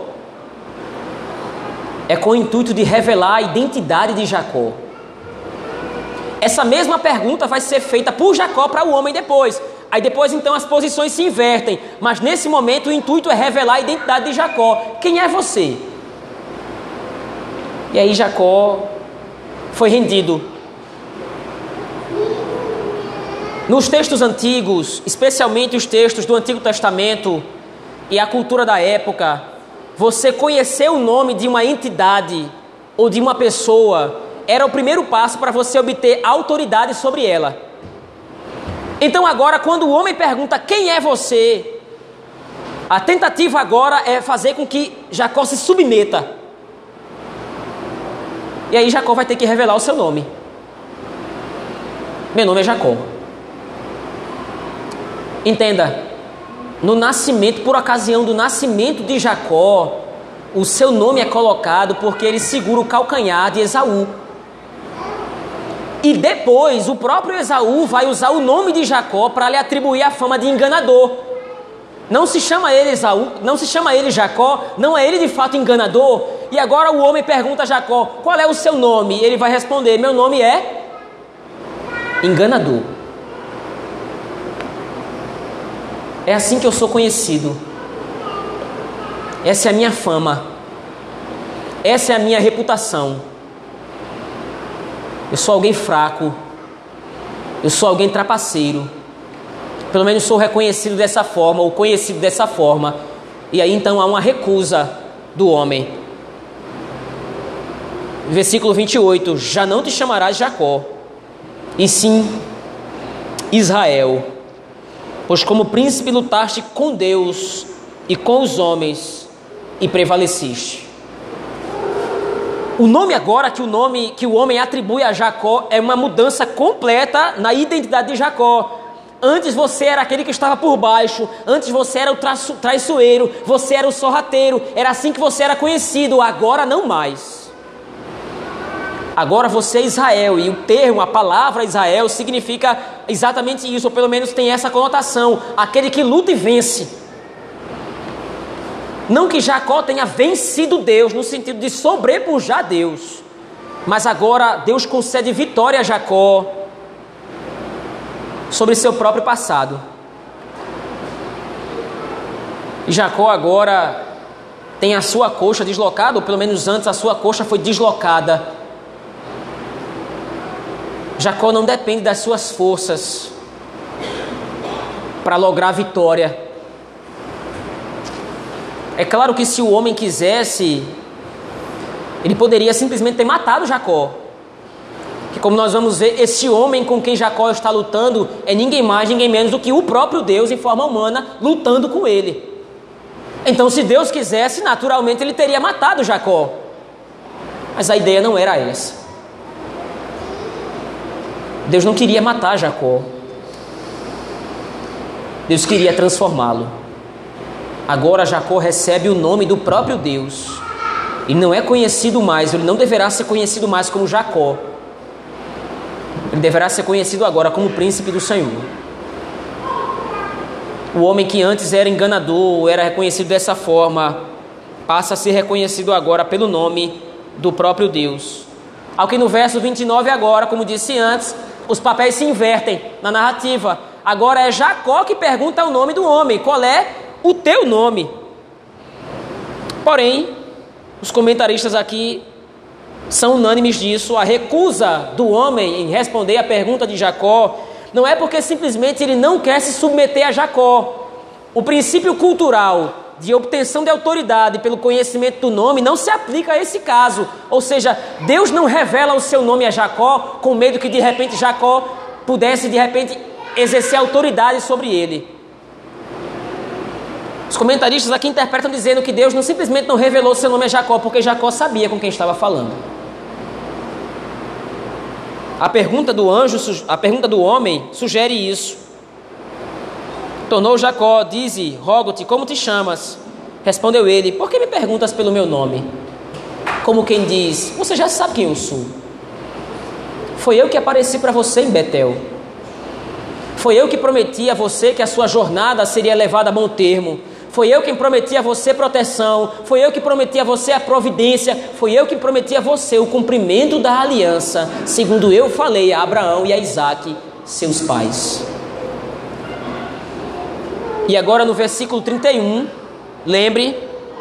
é com o intuito de revelar a identidade de Jacó. Essa mesma pergunta vai ser feita por Jacó para o homem depois. Aí depois então as posições se invertem. Mas nesse momento o intuito é revelar a identidade de Jacó. Quem é você? E aí Jacó foi rendido. Nos textos antigos, especialmente os textos do Antigo Testamento e a cultura da época, você conhecer o nome de uma entidade ou de uma pessoa era o primeiro passo para você obter autoridade sobre ela. Então agora, quando o homem pergunta quem é você, a tentativa agora é fazer com que Jacó se submeta. E aí Jacó vai ter que revelar o seu nome. Meu nome é Jacó. Entenda, no nascimento, por ocasião do nascimento de Jacó, o seu nome é colocado porque ele segura o calcanhar de Esaú. E depois o próprio Esaú vai usar o nome de Jacó para lhe atribuir a fama de enganador. Não se chama ele Esaú, não se chama ele Jacó, não é ele de fato enganador. E agora o homem pergunta a Jacó, qual é o seu nome? E ele vai responder, meu nome é enganador. É assim que eu sou conhecido. Essa é a minha fama. Essa é a minha reputação. Eu sou alguém fraco. Eu sou alguém trapaceiro. Pelo menos sou reconhecido dessa forma, ou conhecido dessa forma. E aí então há uma recusa do homem. Versículo vinte e oito. Já não te chamarás Jacó, e sim Israel. Pois como príncipe lutaste com Deus e com os homens e prevaleciste. O nome agora que o nome que o homem atribui a Jacó é uma mudança completa na identidade de Jacó. Antes você era aquele que estava por baixo, antes você era o traiçoeiro, você era o sorrateiro, era assim que você era conhecido, agora não mais. Agora você é Israel, e o termo, a palavra Israel significa exatamente isso, ou pelo menos tem essa conotação, aquele que luta e vence. Não que Jacó tenha vencido Deus, no sentido de sobrepujar Deus, mas agora Deus concede vitória a Jacó sobre seu próprio passado. E Jacó agora tem a sua coxa deslocada, ou pelo menos antes a sua coxa foi deslocada. Jacó não depende das suas forças para lograr vitória. É claro que se o homem quisesse, ele poderia simplesmente ter matado Jacó. Que como nós vamos ver, esse homem com quem Jacó está lutando é ninguém mais, ninguém menos do que o próprio Deus em forma humana lutando com ele. Então se Deus quisesse, naturalmente ele teria matado Jacó. Mas a ideia não era essa. Deus não queria matar Jacó. Deus queria transformá-lo. Agora Jacó recebe o nome do próprio Deus. Ele não é conhecido mais, ele não deverá ser conhecido mais como Jacó. Ele deverá ser conhecido agora como príncipe do Senhor. O homem que antes era enganador, era reconhecido dessa forma, passa a ser reconhecido agora pelo nome do próprio Deus. Ao que no verso vinte e nove agora, como disse antes, os papéis se invertem na narrativa. Agora é Jacó que pergunta o nome do homem. Qual é o teu nome? Porém, os comentaristas aqui são unânimes disso. A recusa do homem em responder à pergunta de Jacó não é porque simplesmente ele não quer se submeter a Jacó. O princípio cultural de obtenção de autoridade pelo conhecimento do nome não se aplica a esse caso. Ou seja, Deus não revela o seu nome a Jacó com medo que de repente Jacó pudesse de repente exercer autoridade sobre ele. Os comentaristas aqui interpretam dizendo que Deus não simplesmente não revelou seu nome a Jacó porque Jacó sabia com quem estava falando. A pergunta do anjo, a pergunta do homem sugere isso. Tornou Jacó, dize, rogo-te, como te chamas? Respondeu ele, por que me perguntas pelo meu nome? Como quem diz, você já sabe quem eu sou. Foi eu que apareci para você em Betel. Foi eu que prometi a você que a sua jornada seria levada a bom termo. Foi eu quem prometi a você proteção. Foi eu que prometi a você a providência. Foi eu que prometi a você o cumprimento da aliança, segundo eu falei a Abraão e a Isaque, seus pais. E agora no versículo trinta e um, lembre,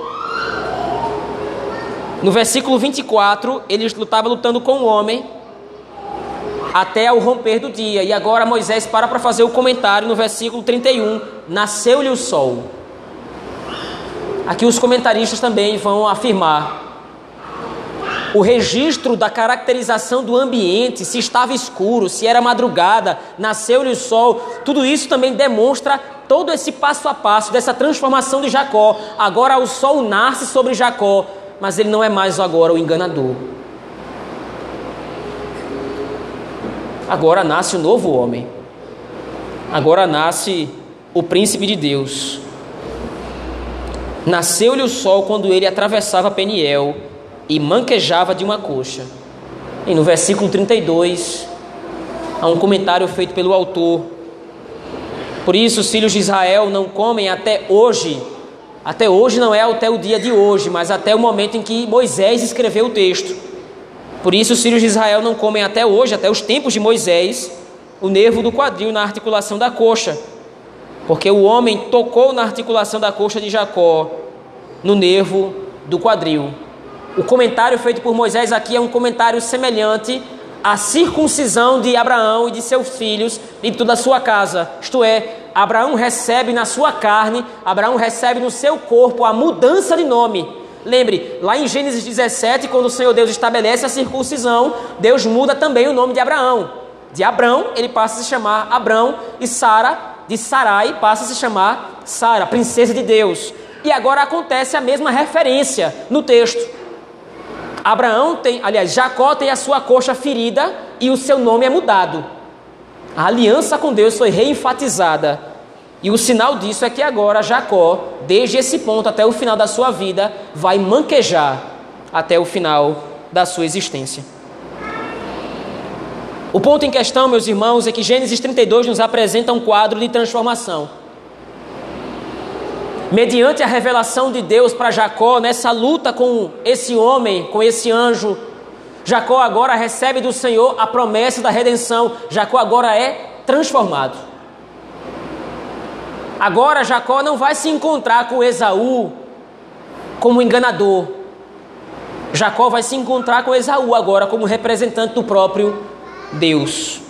no versículo vinte e quatro, ele estava lutando com o homem até o romper do dia. E agora Moisés para para fazer o comentário no versículo trinta e um. Nasceu-lhe o sol. Aqui os comentaristas também vão afirmar o registro da caracterização do ambiente, se estava escuro, se era madrugada, nasceu-lhe o sol. Tudo isso também demonstra todo esse passo a passo dessa transformação de Jacó. Agora o sol nasce sobre Jacó, mas ele não é mais agora o enganador. Agora nasce o novo homem. Agora nasce o príncipe de Deus. Nasceu-lhe o sol quando ele atravessava Peniel e manquejava de uma coxa. E no versículo trinta e dois, há um comentário feito pelo autor. Por isso os filhos de Israel não comem até hoje. Até hoje não é até o dia de hoje, mas até o momento em que Moisés escreveu o texto. Por isso os filhos de Israel não comem até hoje, até os tempos de Moisés, o nervo do quadril na articulação da coxa. Porque o homem tocou na articulação da coxa de Jacó, no nervo do quadril. O comentário feito por Moisés aqui é um comentário semelhante à circuncisão de Abraão e de seus filhos e de toda a sua casa. Isto é, Abraão recebe na sua carne, Abraão recebe no seu corpo a mudança de nome. Lembre, lá em Gênesis dezessete, quando o Senhor Deus estabelece a circuncisão, Deus muda também o nome de Abraão. De Abrão, ele passa a se chamar Abrão, e Sara, de Sarai, passa a se chamar Sara, princesa de Deus. E agora acontece a mesma referência no texto. Abraão tem, aliás, Jacó tem a sua coxa ferida e o seu nome é mudado. A aliança com Deus foi reenfatizada. E o sinal disso é que agora Jacó, desde esse ponto até o final da sua vida, vai manquejar até o final da sua existência. O ponto em questão, meus irmãos, é que Gênesis trinta e dois nos apresenta um quadro de transformação. Mediante a revelação de Deus para Jacó, nessa luta com esse homem, com esse anjo, Jacó agora recebe do Senhor a promessa da redenção. Jacó agora é transformado. Agora Jacó não vai se encontrar com Esaú como enganador. Jacó vai se encontrar com Esaú agora como representante do próprio Deus.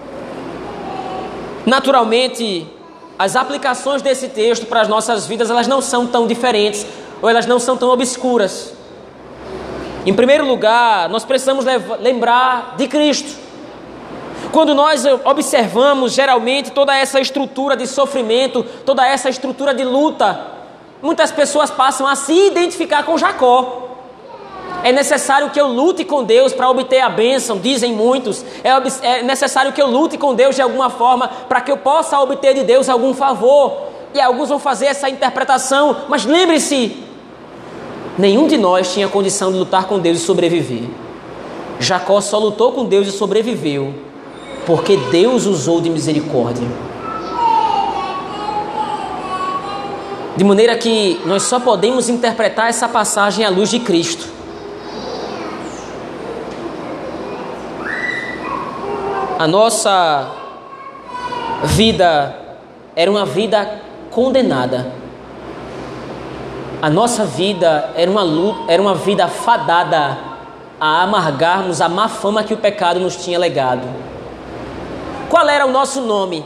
Naturalmente, as aplicações desse texto para as nossas vidas, elas não são tão diferentes, ou elas não são tão obscuras. Em primeiro lugar, nós precisamos lembrar de Cristo. Quando nós observamos geralmente toda essa estrutura de sofrimento, toda essa estrutura de luta, muitas pessoas passam a se identificar com Jacó. É necessário que eu lute com Deus para obter a bênção, dizem muitos. É necessário que eu lute com Deus de alguma forma para que eu possa obter de Deus algum favor. E alguns vão fazer essa interpretação, mas lembre-se, nenhum de nós tinha condição de lutar com Deus e sobreviver. Jacó só lutou com Deus e sobreviveu porque Deus usou de misericórdia. De maneira que nós só podemos interpretar essa passagem à luz de Cristo. A nossa vida era uma vida condenada. A nossa vida era uma, luta, era uma vida fadada a amargarmos a má fama que o pecado nos tinha legado. Qual era o nosso nome?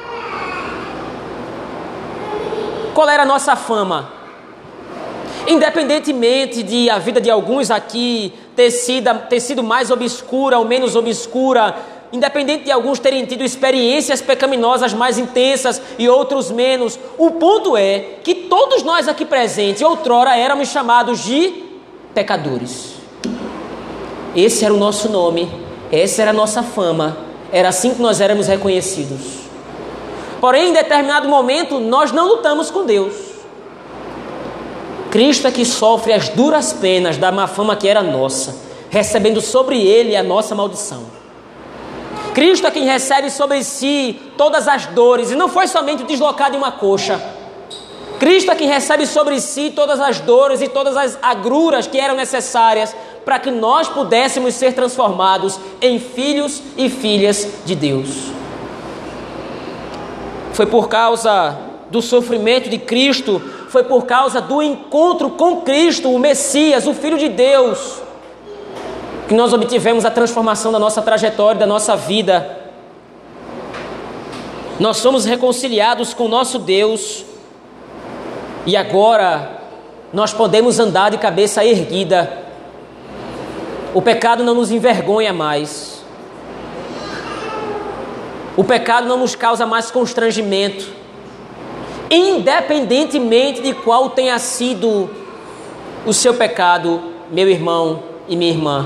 Qual era a nossa fama? Independentemente de a vida de alguns aqui ter sido, ter sido mais obscura ou menos obscura, independente de alguns terem tido experiências pecaminosas mais intensas e outros menos, o ponto é que todos nós aqui presentes, outrora éramos chamados de pecadores. Esse era o nosso nome, essa era a nossa fama, era assim que nós éramos reconhecidos. Porém, em determinado momento, nós não lutamos com Deus. Cristo é que sofre as duras penas da má fama que era nossa, recebendo sobre ele a nossa maldição. Cristo é quem recebe sobre si todas as dores, e não foi somente o deslocar de uma coxa. Cristo é quem recebe sobre si todas as dores e todas as agruras que eram necessárias para que nós pudéssemos ser transformados em filhos e filhas de Deus. Foi por causa do sofrimento de Cristo, foi por causa do encontro com Cristo, o Messias, o Filho de Deus, que nós obtivemos a transformação da nossa trajetória, da nossa vida. Nós somos reconciliados com o nosso Deus e agora nós podemos andar de cabeça erguida. O pecado não nos envergonha mais. O pecado não nos causa mais constrangimento, independentemente de qual tenha sido o seu pecado, meu irmão e minha irmã.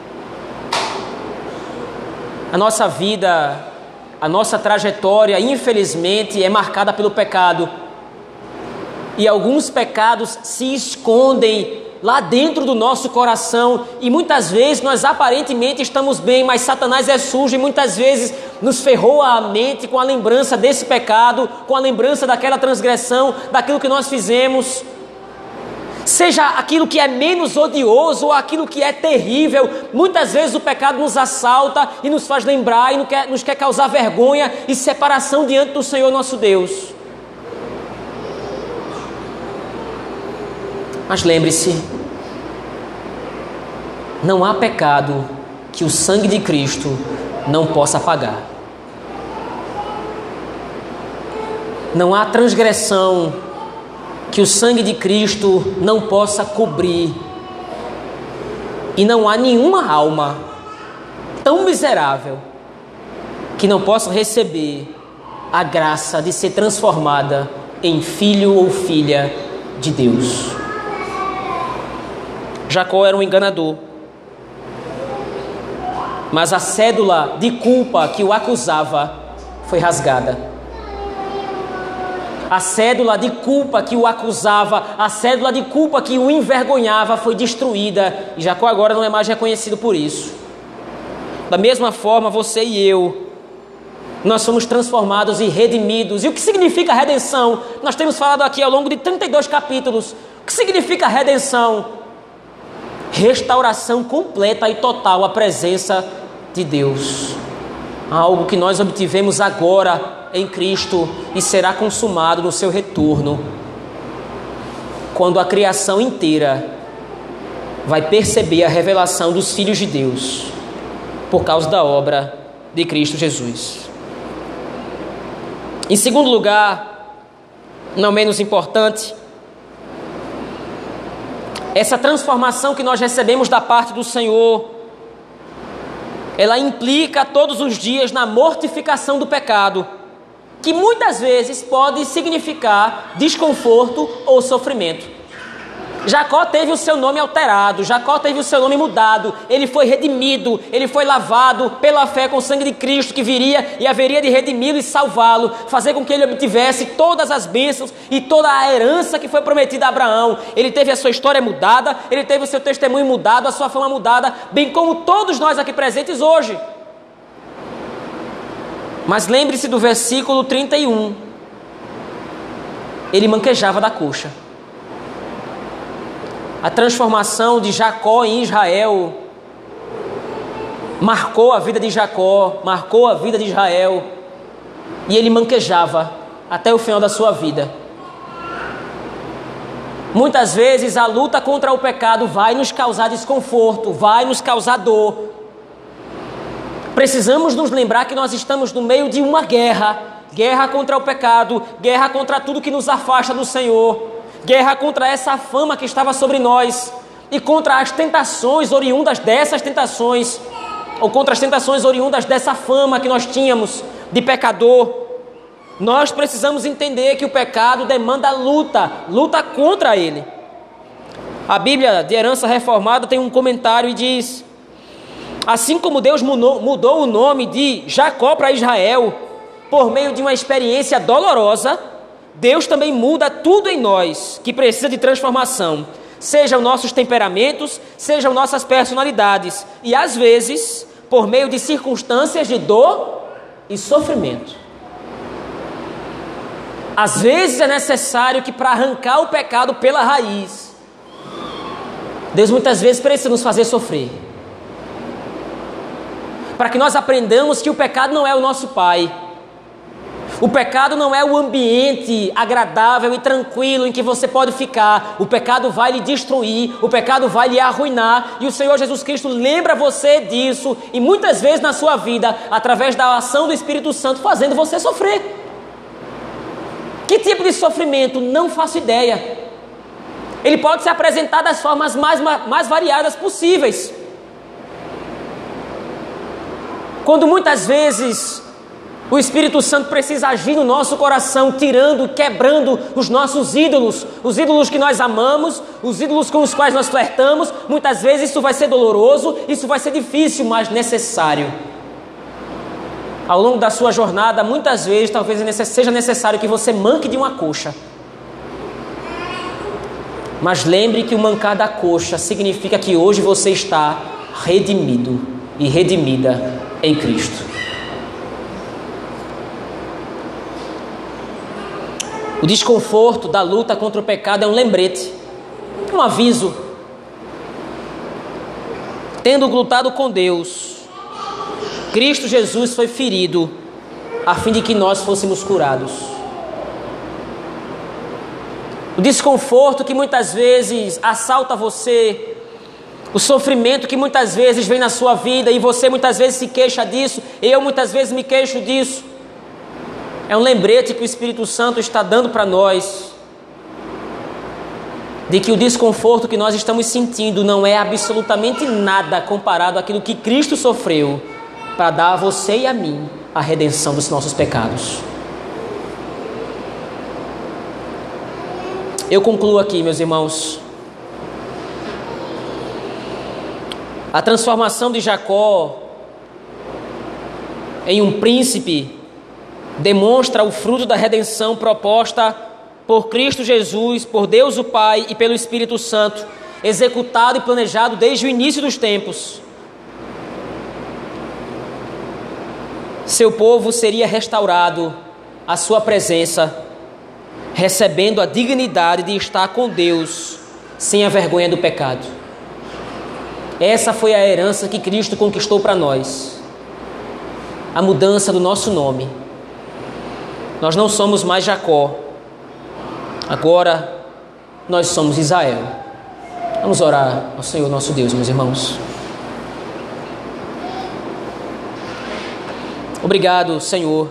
A nossa vida, a nossa trajetória, infelizmente, é marcada pelo pecado. E alguns pecados se escondem lá dentro do nosso coração. E muitas vezes nós aparentemente estamos bem, mas Satanás é sujo e muitas vezes nos ferrou a mente com a lembrança desse pecado, com a lembrança daquela transgressão, daquilo que nós fizemos. Seja aquilo que é menos odioso ou aquilo que é terrível, muitas vezes o pecado nos assalta e nos faz lembrar e nos quer, nos quer causar vergonha e separação diante do Senhor nosso Deus. Mas lembre-se, não há pecado que o sangue de Cristo não possa apagar. Não há transgressão que o sangue de Cristo não possa cobrir. E não há nenhuma alma tão miserável que não possa receber a graça de ser transformada em filho ou filha de Deus. Jacó era um enganador, mas a cédula de culpa que o acusava foi rasgada. A cédula de culpa que o acusava, a cédula de culpa que o envergonhava foi destruída. E Jacó agora não é mais reconhecido por isso. Da mesma forma, você e eu, nós somos transformados e redimidos. E o que significa redenção? Nós temos falado aqui ao longo de trinta e dois capítulos. O que significa redenção? Restauração completa e total à presença de Deus. Algo que nós obtivemos agora em Cristo e será consumado no seu retorno, quando a criação inteira vai perceber a revelação dos filhos de Deus por causa da obra de Cristo Jesus. Em segundo lugar, não menos importante, essa transformação que nós recebemos da parte do Senhor, ela implica todos os dias na mortificação do pecado, que muitas vezes pode significar desconforto ou sofrimento. Jacó teve o seu nome alterado, Jacó teve o seu nome mudado, ele foi redimido, ele foi lavado pela fé com o sangue de Cristo, que viria e haveria de redimi-lo e salvá-lo, fazer com que ele obtivesse todas as bênçãos e toda a herança que foi prometida a Abraão. Ele teve a sua história mudada, ele teve o seu testemunho mudado, a sua fama mudada, bem como todos nós aqui presentes hoje. Mas lembre-se do versículo trinta e um. Ele manquejava da coxa. A transformação de Jacó em Israel marcou a vida de Jacó, marcou a vida de Israel. E ele manquejava até o final da sua vida. Muitas vezes a luta contra o pecado vai nos causar desconforto, vai nos causar dor. Precisamos nos lembrar que nós estamos no meio de uma guerra, guerra contra o pecado, guerra contra tudo que nos afasta do Senhor, guerra contra essa fama que estava sobre nós e contra as tentações oriundas dessas tentações, ou contra as tentações oriundas dessa fama que nós tínhamos de pecador. Nós precisamos entender que o pecado demanda luta, luta contra ele. A Bíblia de Herança Reformada tem um comentário e diz: assim como Deus mudou o nome de Jacó para Israel por meio de uma experiência dolorosa, Deus também muda tudo em nós que precisa de transformação, sejam nossos temperamentos, sejam nossas personalidades, e às vezes por meio de circunstâncias de dor e sofrimento. Às vezes é necessário que, para arrancar o pecado pela raiz, Deus muitas vezes precisa nos fazer sofrer, para que nós aprendamos que o pecado não é o nosso pai. O pecado não é o ambiente agradável e tranquilo em que você pode ficar. O pecado vai lhe destruir, o pecado vai lhe arruinar, e o Senhor Jesus Cristo lembra você disso, e muitas vezes na sua vida, através da ação do Espírito Santo, fazendo você sofrer. Que tipo de sofrimento? Não faço ideia. Ele pode se apresentar das formas mais, mais variadas possíveis. Quando muitas vezes o Espírito Santo precisa agir no nosso coração, tirando, quebrando os nossos ídolos, os ídolos que nós amamos, os ídolos com os quais nós flertamos. Muitas vezes isso vai ser doloroso, isso vai ser difícil, mas necessário. Ao longo da sua jornada, muitas vezes, talvez seja necessário que você manque de uma coxa. Mas lembre que o mancar da coxa significa que hoje você está redimido e redimida em Cristo. O desconforto da luta contra o pecado é um lembrete, um aviso. Tendo lutado com Deus, Cristo Jesus foi ferido a fim de que nós fôssemos curados. O desconforto que muitas vezes assalta você, o sofrimento que muitas vezes vem na sua vida e você muitas vezes se queixa disso, eu muitas vezes me queixo disso, é um lembrete que o Espírito Santo está dando para nós, de que o desconforto que nós estamos sentindo não é absolutamente nada comparado àquilo que Cristo sofreu para dar a você e a mim a redenção dos nossos pecados. Eu concluo aqui, meus irmãos. A transformação de Jacó em um príncipe demonstra o fruto da redenção proposta por Cristo Jesus, por Deus o Pai e pelo Espírito Santo, executado e planejado desde o início dos tempos. Seu povo seria restaurado à sua presença, recebendo a dignidade de estar com Deus, sem a vergonha do pecado. Essa foi a herança que Cristo conquistou para nós. A mudança do nosso nome. Nós não somos mais Jacó. Agora nós somos Israel. Vamos orar ao Senhor nosso Deus, meus irmãos. Obrigado, Senhor,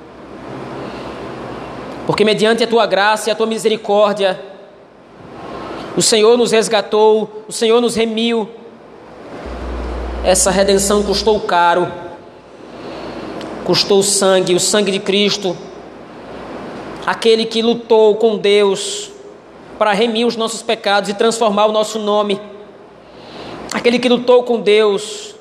porque mediante a Tua graça e a Tua misericórdia, o Senhor nos resgatou, o Senhor nos remiu. Essa redenção custou caro, custou sangue, o sangue de Cristo, aquele que lutou com Deus para remir os nossos pecados e transformar o nosso nome, aquele que lutou com Deus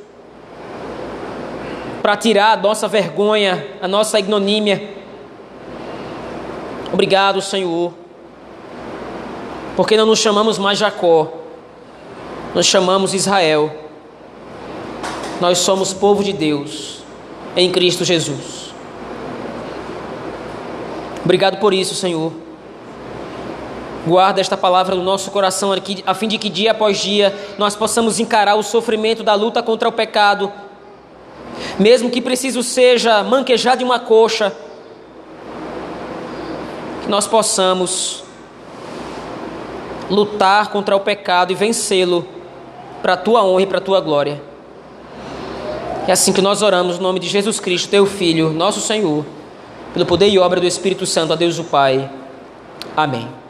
para tirar a nossa vergonha, a nossa ignomínia. Obrigado, Senhor, porque não nos chamamos mais Jacó, nós chamamos Israel. Nós somos povo de Deus em Cristo Jesus. Obrigado por isso, Senhor. Guarda esta palavra no nosso coração aqui, a fim de que dia após dia nós possamos encarar o sofrimento da luta contra o pecado, mesmo que preciso seja manquejar de uma coxa, que nós possamos lutar contra o pecado e vencê-lo para a Tua honra e para a Tua glória. É assim que nós oramos no nome de Jesus Cristo, Teu Filho, nosso Senhor, pelo poder e obra do Espírito Santo, a Deus o Pai. Amém.